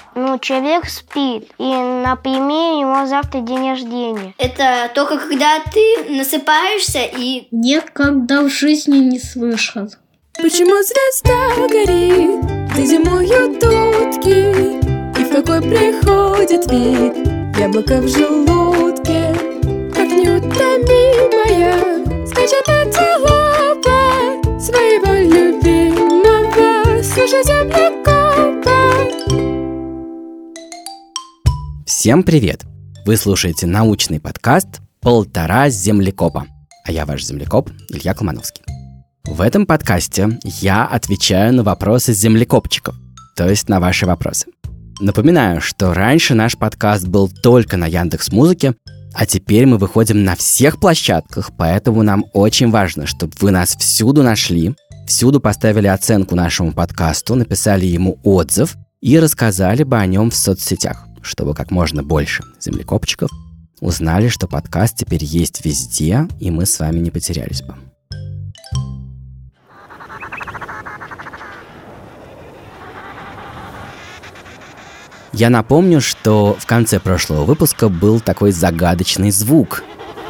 Человек спит, и, например, у него завтра день рождения. Это только когда ты насыпаешься и... Нет, когда в жизни не слышал. Почему звезда горит, где зимуют утки, и в какой приходит вид яблоко в желудке, как неутомимая скачет антилопа своего любимого слушай землекопа. Всем привет! Вы слушаете научный подкаст «Полтора землекопа». А я ваш землекоп Илья Колмановский. В этом подкасте я отвечаю на вопросы землекопчиков, то есть на ваши вопросы. Напоминаю, что раньше наш подкаст был только на Яндекс.Музыке, а теперь мы выходим на всех площадках, поэтому нам очень важно, чтобы вы нас всюду нашли, всюду поставили оценку нашему подкасту, написали ему отзыв и рассказали бы о нем в соцсетях, чтобы как можно больше землекопчиков узнали, что подкаст теперь есть везде, и мы с вами не потерялись бы. Я напомню, что в конце прошлого выпуска был такой загадочный звук.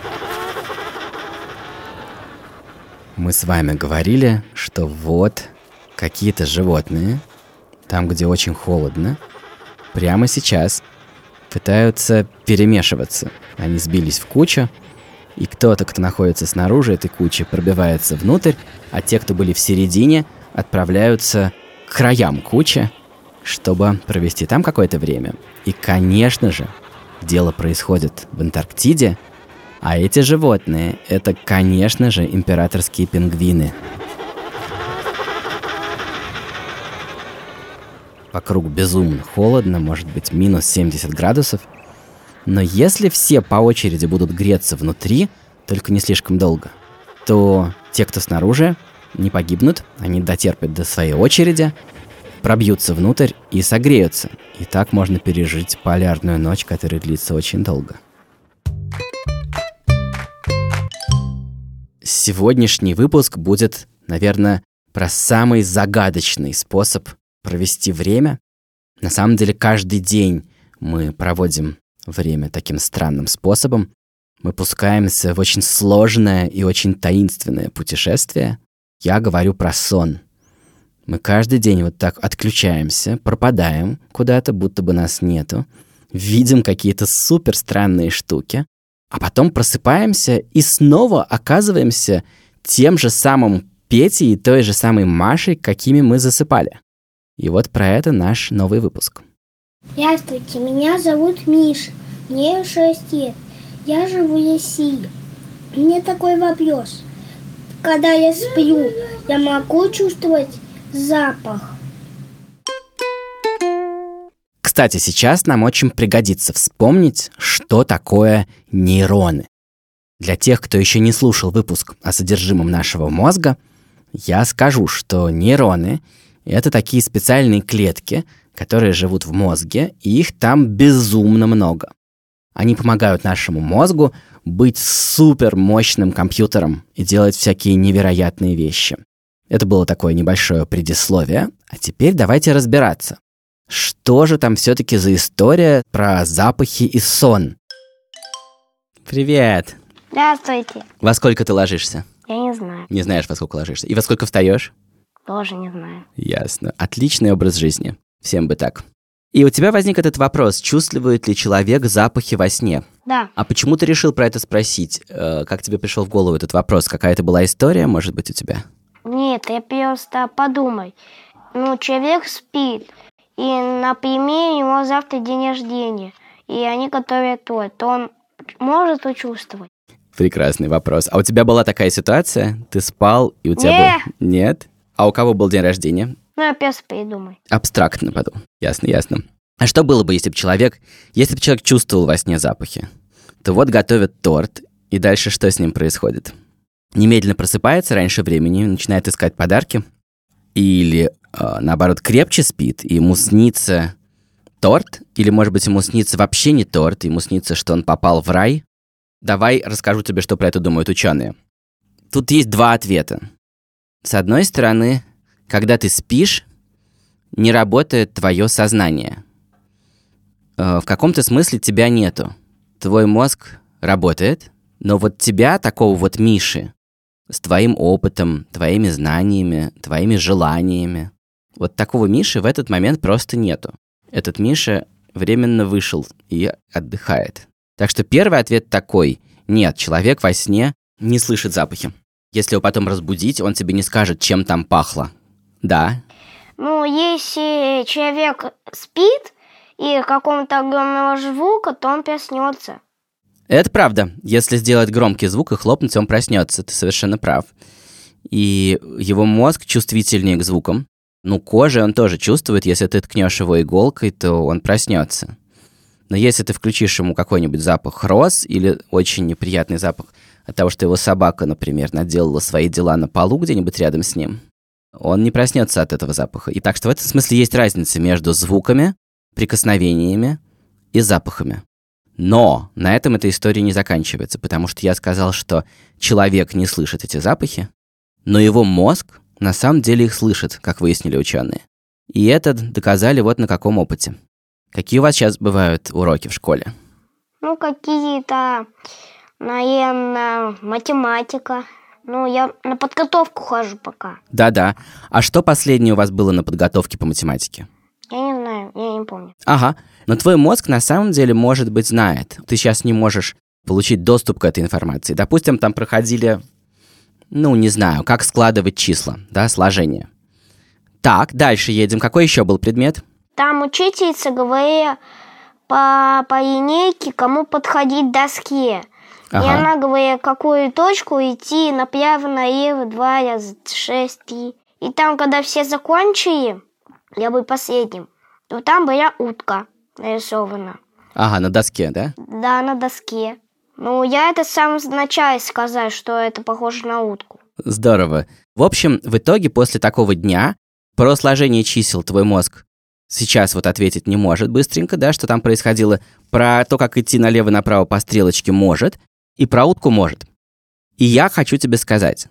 Мы с вами говорили, что вот какие-то животные, там, где очень холодно, прямо сейчас пытаются перемешиваться. Они сбились в кучу, и кто-то, кто находится снаружи этой кучи, пробивается внутрь, а те, кто были в середине, отправляются к краям кучи, чтобы провести там какое-то время. И, конечно же, дело происходит в Антарктиде, а эти животные — это, конечно же, императорские пингвины. Вокруг безумно холодно, может быть, минус 70 градусов. Но если все по очереди будут греться внутри, только не слишком долго, то те, кто снаружи, не погибнут, они дотерпят до своей очереди, пробьются внутрь и согреются. И так можно пережить полярную ночь, которая длится очень долго. Сегодняшний выпуск будет, наверное, про самый загадочный способ провести время. На самом деле, каждый день мы проводим время таким странным способом. Мы пускаемся в очень сложное и очень таинственное путешествие. Я говорю про сон. Мы каждый день вот так отключаемся, пропадаем куда-то, будто бы нас нету, видим какие-то супер странные штуки, а потом просыпаемся и снова оказываемся тем же самым Петей и той же самой Машей, какими мы засыпали. И вот про это наш новый выпуск. Здравствуйте, меня зовут Миша, мне 6 лет, я живу в России. Мне такой вопрос. Когда я сплю, я могу чувствовать запах? Кстати, сейчас нам очень пригодится вспомнить, что такое нейроны. Для тех, кто еще не слушал выпуск о содержимом нашего мозга, я скажу, что нейроны — это такие специальные клетки, которые живут в мозге, и их там безумно много. Они помогают нашему мозгу быть супер мощным компьютером и делать всякие невероятные вещи. Это было такое небольшое предисловие, а теперь давайте разбираться. Что же там все-таки за история про запахи и сон? Привет! Здравствуйте. Во сколько ты ложишься? Я не знаю. Не знаешь, во сколько ложишься. И во сколько встаешь? Тоже не знаю. Ясно. Отличный образ жизни. Всем бы так. И у тебя возник этот вопрос, чувствует ли человек запахи во сне? Да. А почему ты решил про это спросить? Как тебе пришел в голову этот вопрос? Какая-то была история, может быть, у тебя? Нет, я просто подумай. Человек спит, и, например, у него завтра день рождения, и они готовят торт, то он может почувствовать. Прекрасный вопрос. А у тебя была такая ситуация? Ты спал, и у тебя был... Нет? А у кого был день рождения? Я просто придумай. Абстрактно подумал. Ясно. А что было бы, если бы человек чувствовал во сне запахи? То вот готовят торт, и дальше что с ним происходит? Немедленно просыпается раньше времени, начинает искать подарки, или, наоборот, крепче спит, и ему снится торт, или, может быть, ему снится вообще не торт, ему снится, что он попал в рай. Давай расскажу тебе, что про это думают ученые. Тут есть два ответа. С одной стороны, когда ты спишь, не работает твое сознание. в каком-то смысле тебя нету. Твой мозг работает, но вот тебя, такого вот Миши, с твоим опытом, твоими знаниями, твоими желаниями, вот такого Миши в этот момент просто нету. Этот Миша временно вышел и отдыхает. Так что первый ответ такой: нет, человек во сне не слышит запахи. Если его потом разбудить, он тебе не скажет, чем там пахло. Да? Ну, если человек спит и какого-то огромного звука, то он проснется. Это правда. Если сделать громкий звук и хлопнуть, он проснется. Ты совершенно прав. И его мозг чувствительнее к звукам. Ну, кожей он тоже чувствует. Если ты ткнешь его иголкой, то он проснется. Но если ты включишь ему какой-нибудь запах роз или очень неприятный запах от того, что его собака, например, наделала свои дела на полу где-нибудь рядом с ним, он не проснется от этого запаха. И так что в этом смысле есть разница между звуками, прикосновениями и запахами. Но на этом эта история не заканчивается, потому что я сказал, что человек не слышит эти запахи, но его мозг на самом деле их слышит, как выяснили ученые. И это доказали вот на каком опыте. Какие у вас сейчас бывают уроки в школе? Ну, какие-то, наверное, математика. Ну, я на подготовку хожу пока. Да-да. А что последнее у вас было на подготовке по математике? Я не знаю, я не помню. Ага. Но твой мозг на самом деле, может быть, знает. Ты сейчас не можешь получить доступ к этой информации. Допустим, там проходили, ну, не знаю, как складывать числа, да, сложение. Так, дальше едем. Какой еще был предмет? Там учительница говорила по линейке, кому подходить к доске. Ага. И она говорила, какую точку идти направо, налево, 2 раза, 6, 3. И там, когда все закончили, я был последним, то там была утка нарисована. Ага, на доске, да? Да, на доске. Ну, я это с самого начала сказал, что это похоже на утку. Здорово. В общем, в итоге после такого дня про сложение чисел твой мозг сейчас вот ответить не может быстренько, да, что там происходило. Про то, как идти налево-направо по стрелочке, может. И про утку может. И я хочу тебе сказать,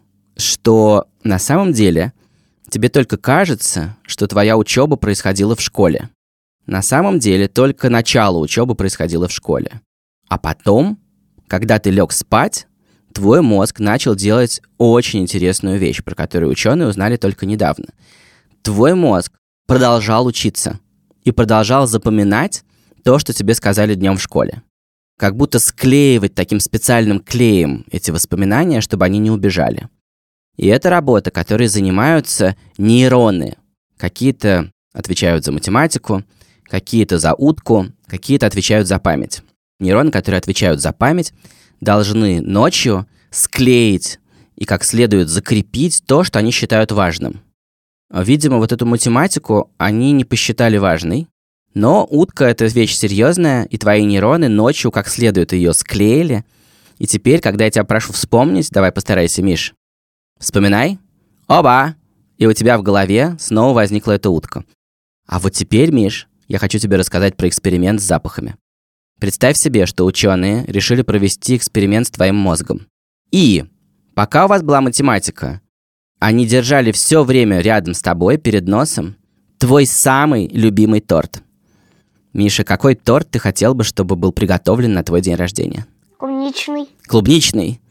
что на самом деле тебе только кажется, что твоя учеба происходила в школе. На самом деле только начало учебы происходило в школе. А потом, когда ты лег спать, твой мозг начал делать очень интересную вещь, про которую ученые узнали только недавно. Твой мозг продолжал учиться и продолжал запоминать то, что тебе сказали днем в школе. Как будто склеивать таким специальным клеем эти воспоминания, чтобы они не убежали. И это работа, которой занимаются нейроны. Какие-то отвечают за математику, какие-то за утку, какие-то отвечают за память. Нейроны, которые отвечают за память, должны ночью склеить и как следует закрепить то, что они считают важным. Видимо, вот эту математику они не посчитали важной, но утка — это вещь серьезная, и твои нейроны ночью как следует ее склеили. И теперь, когда я тебя прошу вспомнить, давай постарайся, Миш, вспоминай. Оба! И у тебя в голове снова возникла эта утка. А вот теперь, Миш, я хочу тебе рассказать про эксперимент с запахами. Представь себе, что ученые решили провести эксперимент с твоим мозгом. И пока у вас была математика, они держали все время рядом с тобой, перед носом, твой самый любимый торт. Миша, какой торт ты хотел бы, чтобы был приготовлен на твой день рождения? Клубничный. Клубничный.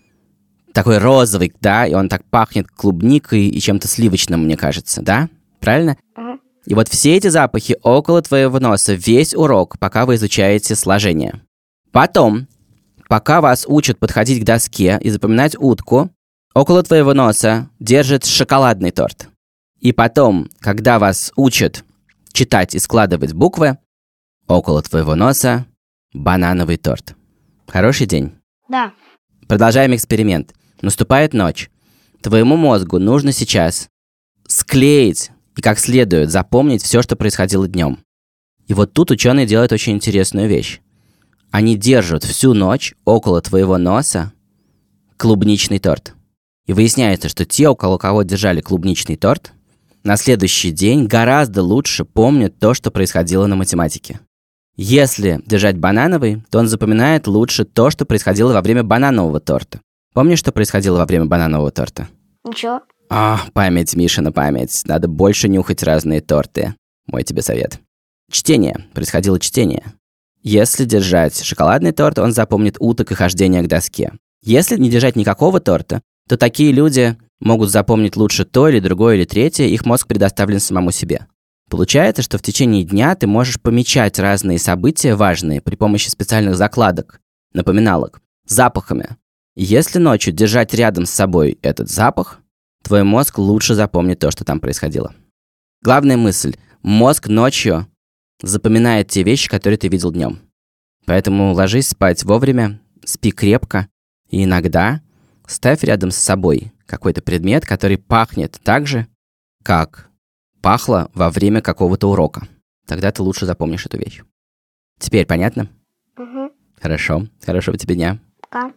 Такой розовый, да, и он так пахнет клубникой и чем-то сливочным, мне кажется, да? Правильно? Угу. И вот все эти запахи около твоего носа весь урок, пока вы изучаете сложение. Потом, пока вас учат подходить к доске и запоминать утку, около твоего носа держит шоколадный торт. И потом, когда вас учат читать и складывать буквы, около твоего носа банановый торт. Хороший день? Да. Продолжаем эксперимент. Наступает ночь. Твоему мозгу нужно сейчас склеить и как следует запомнить все, что происходило днем. И вот тут ученые делают очень интересную вещь. Они держат всю ночь около твоего носа клубничный торт. И выясняется, что те, около кого держали клубничный торт, на следующий день гораздо лучше помнят то, что происходило на математике. Если держать банановый, то он запоминает лучше то, что происходило во время бананового торта. Помнишь, что происходило во время бананового торта? Ничего. Память, Мишина, память. Надо больше нюхать разные торты. Мой тебе совет. чтение, происходило чтение. Если держать шоколадный торт, он запомнит уток и хождение к доске. Если не держать никакого торта, то такие люди могут запомнить лучше то или другое или третье, их мозг предоставлен самому себе. Получается, что в течение дня ты можешь помечать разные события важные при помощи специальных закладок, напоминалок, запахами. И если ночью держать рядом с собой этот запах, твой мозг лучше запомнит то, что там происходило. Главная мысль – мозг ночью запоминает те вещи, которые ты видел днем. Поэтому ложись спать вовремя, спи крепко и иногда ставь рядом с собой какой-то предмет, который пахнет так же, как пахло во время какого-то урока. Тогда ты лучше запомнишь эту вещь. Теперь понятно? Угу. Хорошо. Хорошего тебе дня. Пока.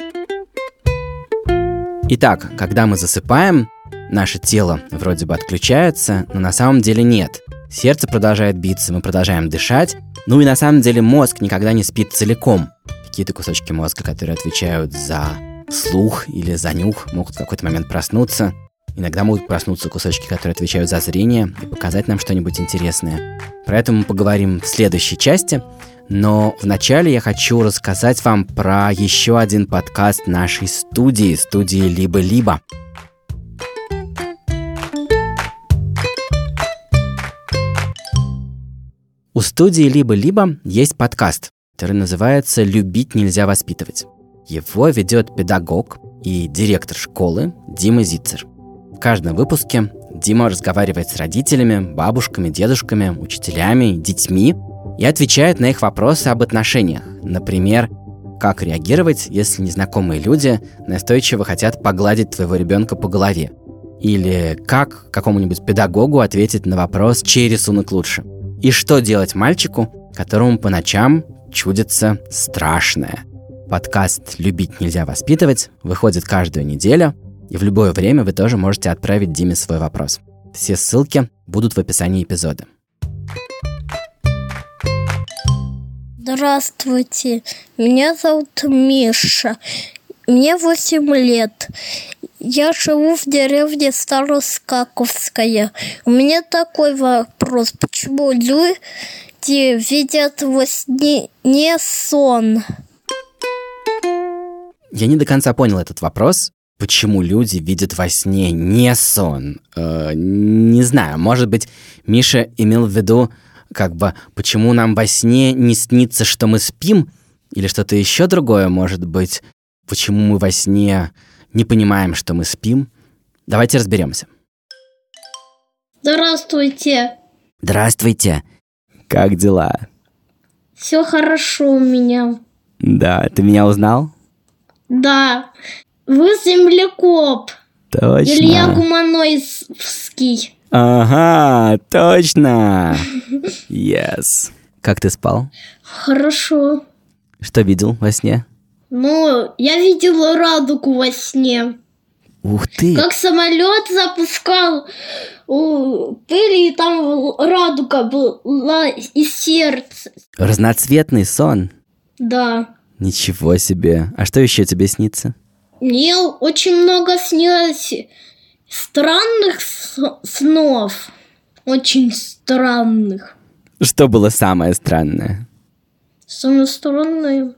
Итак, когда мы засыпаем, наше тело вроде бы отключается, но на самом деле нет. Сердце продолжает биться, мы продолжаем дышать. Ну и на самом деле мозг никогда не спит целиком. Какие-то кусочки мозга, которые отвечают за слух или за нюх, могут в какой-то момент проснуться. Иногда могут проснуться кусочки, которые отвечают за зрение и показать нам что-нибудь интересное. Про это мы поговорим в следующей части. Но вначале я хочу рассказать вам про еще один подкаст нашей студии «Либо-либо». У студии «Либо-либо» есть подкаст, который называется «Любить нельзя воспитывать». Его ведет педагог и директор школы Дима Зицер. В каждом выпуске Дима разговаривает с родителями, бабушками, дедушками, учителями, детьми и отвечает на их вопросы об отношениях. Например, как реагировать, если незнакомые люди настойчиво хотят погладить твоего ребенка по голове. Или как какому-нибудь педагогу ответить на вопрос, чей рисунок лучше. И что делать мальчику, которому по ночам чудится страшное. Подкаст «Любить нельзя воспитывать» выходит каждую неделю, и в любое время вы тоже можете отправить Диме свой вопрос. Все ссылки будут в описании эпизода. Здравствуйте, меня зовут Миша, мне 8 лет. Я живу в деревне Староскаковская. У меня такой вопрос, почему люди видят во сне не сон? Я не до конца понял этот вопрос. Почему люди видят во сне не сон? Не знаю, может быть, Миша имел в виду, почему нам во сне не снится, что мы спим? Или что-то еще другое, может быть? Почему мы во сне не понимаем, что мы спим? Давайте разберемся. Здравствуйте. Здравствуйте. Как дела? Все хорошо у меня. Да, ты меня узнал? Да. Вы землекоп. Точно. Илья Гумановский. Ага, точно. Yes. Как ты спал? Хорошо. Что видел во сне? Я видел радугу во сне. Ух ты! Как самолет запускал пыль, и там радуга была из сердца. Разноцветный сон? Да. Ничего себе. А что еще тебе снится? Мне очень много снилось странных снов. Очень странных. Что было самое странное? Самое странное...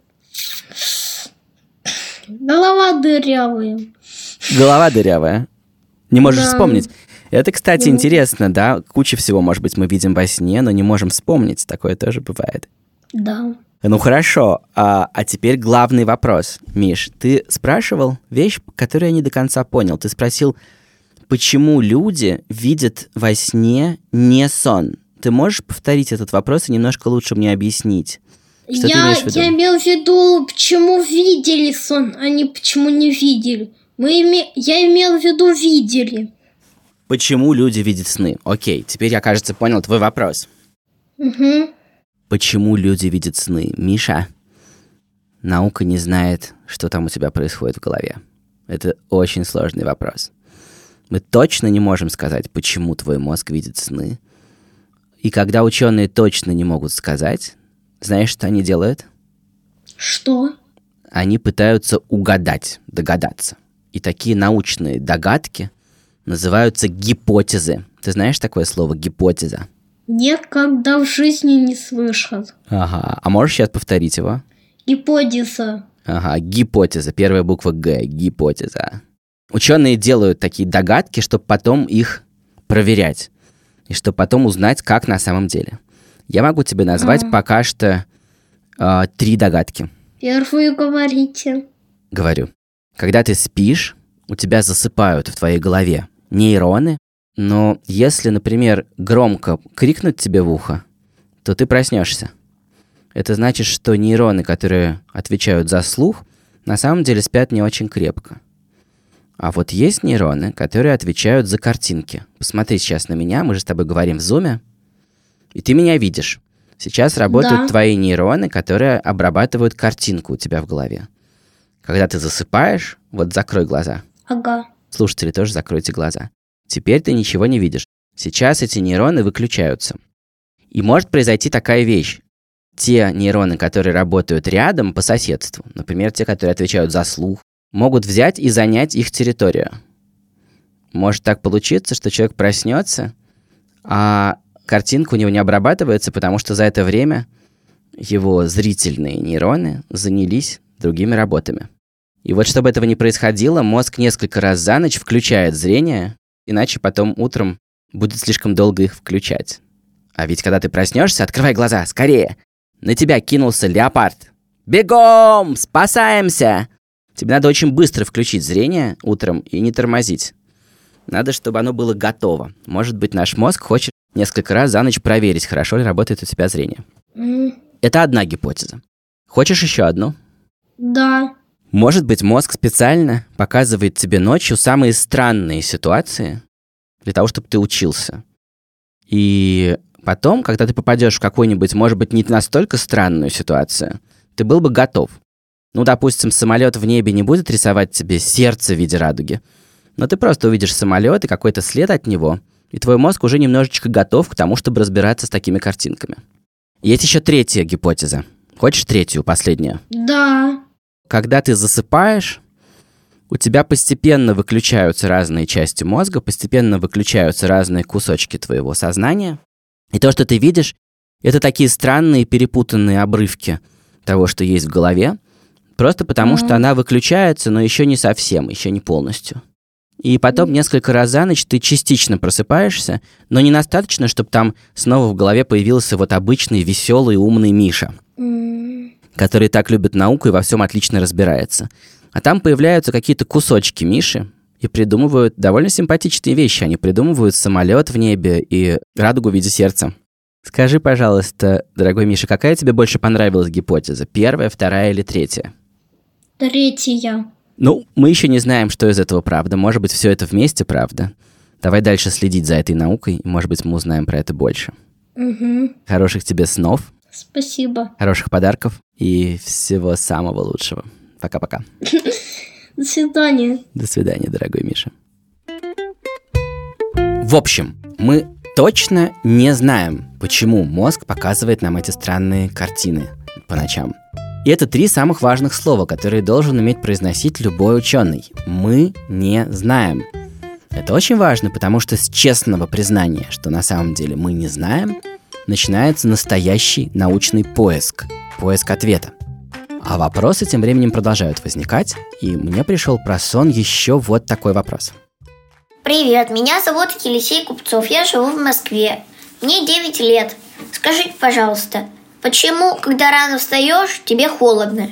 Голова дырявая. Голова дырявая? Не можешь Да. вспомнить? Это, кстати, интересно, да? Куча всего, может быть, мы видим во сне, но не можем вспомнить. Такое тоже бывает. Да. Ну хорошо, а теперь главный вопрос. Миш, ты спрашивал вещь, которую я не до конца понял. Ты спросил, почему люди видят во сне не сон? Ты можешь повторить этот вопрос и немножко лучше мне объяснить? Что ты имеешь в виду? Я имел в виду, почему видели сон, а не почему не видели. Я имел в виду видели. Почему люди видят сны? Окей, теперь я, кажется, понял твой вопрос. Угу. Почему люди видят сны? Миша, наука не знает, что там у тебя происходит в голове. Это очень сложный вопрос. Мы точно не можем сказать, почему твой мозг видит сны. И когда ученые точно не могут сказать, знаешь, что они делают? Что? Они пытаются угадать, догадаться. И такие научные догадки называются гипотезы. Ты знаешь такое слово «гипотеза»? Никогда в жизни не слышал. Ага, а можешь сейчас повторить его? Гипотеза. Ага, гипотеза, первая буква Г, гипотеза. Ученые делают такие догадки, чтобы потом их проверять. И чтобы потом узнать, как на самом деле. Я могу тебе назвать пока что 3 догадки. Первую говорите. Говорю. Когда ты спишь, у тебя засыпают в твоей голове нейроны, но если, например, громко крикнуть тебе в ухо, то ты проснешься. Это значит, что нейроны, которые отвечают за слух, на самом деле спят не очень крепко. А вот есть нейроны, которые отвечают за картинки. Посмотри сейчас на меня, мы же с тобой говорим в зуме, и ты меня видишь. Сейчас работают твои нейроны, которые обрабатывают картинку у тебя в голове. Когда ты засыпаешь, вот закрой глаза. Ага. Слушатели, тоже закройте глаза. Теперь ты ничего не видишь. Сейчас эти нейроны выключаются. И может произойти такая вещь. Те нейроны, которые работают рядом по соседству, например, те, которые отвечают за слух, могут взять и занять их территорию. Может так получиться, что человек проснется, а картинка у него не обрабатывается, потому что за это время его зрительные нейроны занялись другими работами. И вот чтобы этого не происходило, мозг несколько раз за ночь включает зрение, иначе потом утром будет слишком долго их включать. А ведь когда ты проснешься, открывай глаза, скорее! На тебя кинулся леопард. Бегом! Спасаемся! Тебе надо очень быстро включить зрение утром и не тормозить. Надо, чтобы оно было готово. Может быть, наш мозг хочет несколько раз за ночь проверить, хорошо ли работает у тебя зрение. Это одна гипотеза. Хочешь еще одну? Да. Может быть, мозг специально показывает тебе ночью самые странные ситуации для того, чтобы ты учился. И потом, когда ты попадешь в какую-нибудь, может быть, не настолько странную ситуацию, ты был бы готов. Ну, допустим, самолет в небе не будет рисовать тебе сердце в виде радуги, но ты просто увидишь самолет и какой-то след от него, и твой мозг уже немножечко готов к тому, чтобы разбираться с такими картинками. Есть еще третья гипотеза. Хочешь третью, последнюю? Да. Когда ты засыпаешь, у тебя постепенно выключаются разные части мозга, постепенно выключаются разные кусочки твоего сознания. И то, что ты видишь, это такие странные перепутанные обрывки того, что есть в голове, просто потому что она выключается, но еще не совсем, еще не полностью. И потом несколько раз за ночь ты частично просыпаешься, но не достаточно, чтобы там снова в голове появился вот обычный веселый умный Миша, который так любит науку и во всем отлично разбирается. А там появляются какие-то кусочки Миши и придумывают довольно симпатичные вещи. Они придумывают самолет в небе и радугу в виде сердца. Скажи, пожалуйста, дорогой Миша, какая тебе больше понравилась гипотеза? Первая, вторая или третья? Третья. Ну, мы еще не знаем, что из этого правда. Может быть, все это вместе правда. Давай дальше следить за этой наукой, и, может быть, мы узнаем про это больше. Хороших тебе снов. Спасибо. Хороших подарков и всего самого лучшего. Пока-пока. До свидания. До свидания, дорогой Миша. В общем, мы точно не знаем, почему мозг показывает нам эти странные картины по ночам. И это 3 самых важных слова, которые должен уметь произносить любой ученый. Мы не знаем. Это очень важно, потому что с честного признания, что на самом деле мы не знаем, начинается настоящий научный поиск. Поиск ответа. А вопросы тем временем продолжают возникать, и мне пришел про сон еще вот такой вопрос. Привет, меня зовут Елисей Купцов, я живу в Москве. Мне 9 лет. Скажите, пожалуйста, почему, когда рано встаешь, тебе холодно?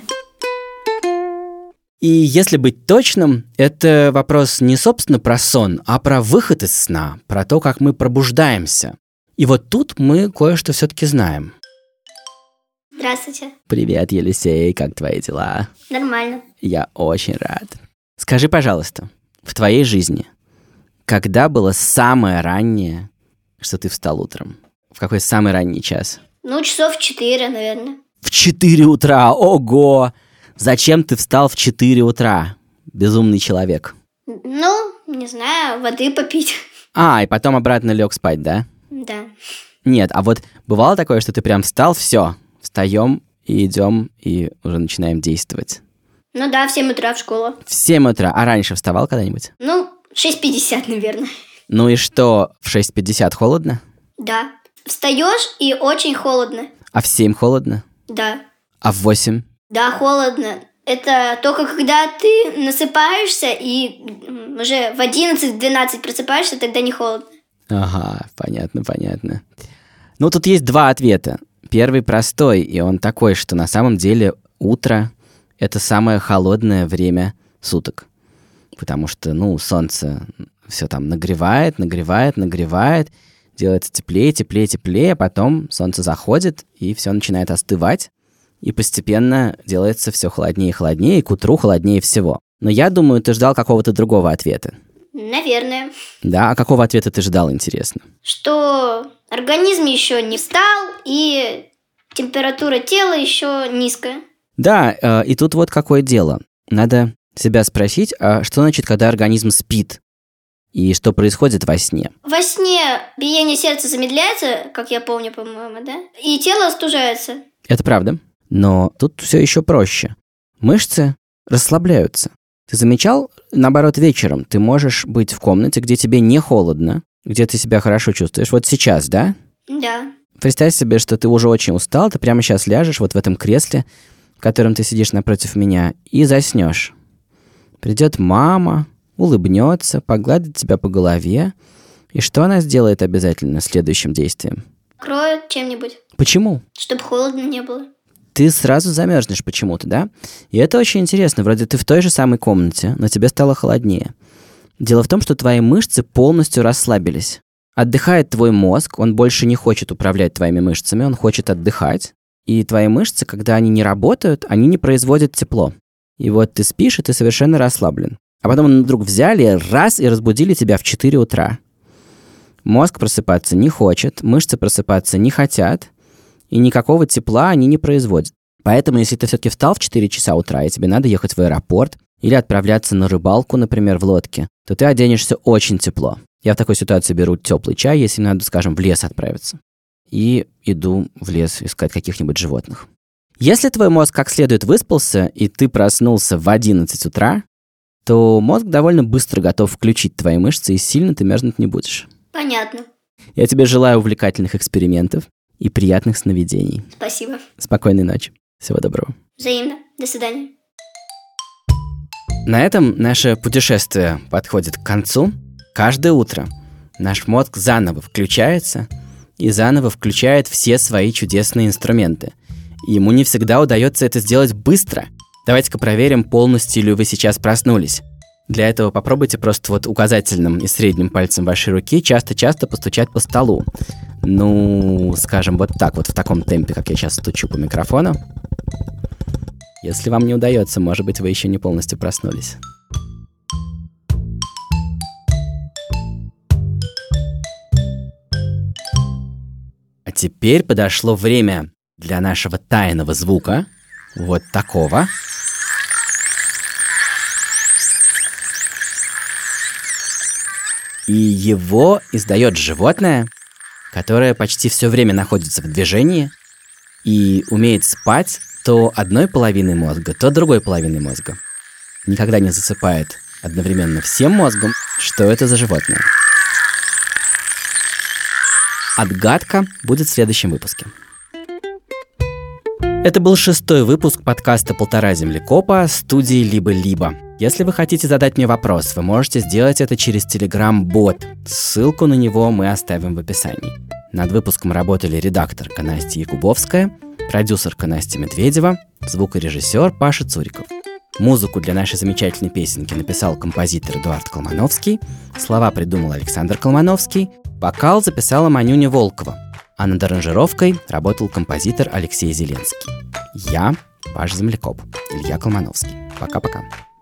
И если быть точным, это вопрос не собственно про сон, а про выход из сна, про то, как мы пробуждаемся. И вот тут мы кое-что все-таки знаем. Здравствуйте. Привет, Елисей, как твои дела? Нормально. Я очень рад. Скажи, пожалуйста, в твоей жизни, когда было самое раннее, что ты встал утром? В какой самый ранний час? Ну, часов 4, наверное. В 4 утра, ого! Зачем ты встал в 4 утра, безумный человек? Ну, не знаю, воды попить. И потом обратно лег спать, да? Да. Нет, а вот бывало такое, что ты прям встал, все, встаем и идем, и уже начинаем действовать? Ну да, в 7 утра в школу. В 7 утра, а раньше вставал когда-нибудь? Ну, 6:50, наверное. Ну и что, в 6:50 холодно? Да. встаешь и очень холодно. А в 7 холодно? Да. А в 8? Да, холодно. Это только когда ты насыпаешься и уже в 11-12 просыпаешься, тогда не холодно. Ага, понятно. Ну, тут есть два ответа. Первый простой, и он такой, что на самом деле утро — это самое холодное время суток. Потому что, солнце все там нагревает, делается теплее, а потом солнце заходит, и все начинает остывать, и постепенно делается все холоднее и холоднее, и к утру холоднее всего. Но я думаю, ты ждал какого-то другого ответа. Наверное. Да, а какого ответа ты ждал, интересно? Что организм еще не встал, и температура тела еще низкая. Да, и тут вот какое дело. Надо себя спросить, а что значит, когда организм спит? И что происходит во сне? Во сне биение сердца замедляется, как я помню, по-моему, да? И тело остужается. Это правда. Но тут все еще проще. Мышцы расслабляются. Ты замечал, наоборот, вечером ты можешь быть в комнате, где тебе не холодно, где ты себя хорошо чувствуешь. Вот сейчас, да? Да. Представь себе, что ты уже очень устал, ты прямо сейчас ляжешь вот в этом кресле, в котором ты сидишь напротив меня, и заснешь. Придет мама, улыбнется, погладит тебя по голове. И что она сделает обязательно следующим действием? Кроет чем-нибудь. Почему? Чтобы холодно не было. Ты сразу замерзнешь почему-то, да? И это очень интересно. Вроде ты в той же самой комнате, но тебе стало холоднее. Дело в том, что твои мышцы полностью расслабились. Отдыхает твой мозг, он больше не хочет управлять твоими мышцами, он хочет отдыхать. И твои мышцы, когда они не работают, они не производят тепло. И вот ты спишь, и ты совершенно расслаблен. А потом вдруг взяли и разбудили тебя в 4 утра. Мозг просыпаться не хочет, мышцы просыпаться не хотят, и никакого тепла они не производят. Поэтому, если ты все-таки встал в 4 часа утра, и тебе надо ехать в аэропорт или отправляться на рыбалку, например, в лодке, то ты оденешься очень тепло. Я в такой ситуации беру теплый чай, если надо, скажем, в лес отправиться. И иду в лес искать каких-нибудь животных. Если твой мозг как следует выспался, и ты проснулся в 11 утра, то мозг довольно быстро готов включить твои мышцы, и сильно ты мерзнуть не будешь. Понятно. Я тебе желаю увлекательных экспериментов и приятных сновидений. Спасибо. Спокойной ночи. Всего доброго. Взаимно. До свидания. На этом наше путешествие подходит к концу. Каждое утро наш мозг заново включается и заново включает все свои чудесные инструменты. И ему не всегда удается это сделать быстро. Давайте-ка проверим, полностью ли вы сейчас проснулись. Для этого попробуйте просто вот указательным и средним пальцем вашей руки часто-часто постучать по столу. Скажем, вот так вот, в таком темпе, как я сейчас стучу по микрофону. Если вам не удается, может быть, вы еще не полностью проснулись. А теперь подошло время для нашего тайного звука. Вот такого. И его издает животное, которое почти все время находится в движении и умеет спать то одной половиной мозга, то другой половиной мозга. Никогда не засыпает одновременно всем мозгом. Что это за животное? Отгадка будет в следующем выпуске. Это был 6-й выпуск подкаста «Полтора землекопа» студии «Либо-либо». Если вы хотите задать мне вопрос, вы можете сделать это через Telegram-бот. Ссылку на него мы оставим в описании. Над выпуском работали редакторка Настя Якубовская, продюсерка Настя Медведева, звукорежиссер Паша Цуриков. Музыку для нашей замечательной песенки написал композитор Эдуард Колмановский, слова придумал Александр Колмановский, вокал записала Манюня Волкова, а над аранжировкой работал композитор Алексей Зеленский. Я, ваш землекоп, Илья Колмановский. Пока-пока.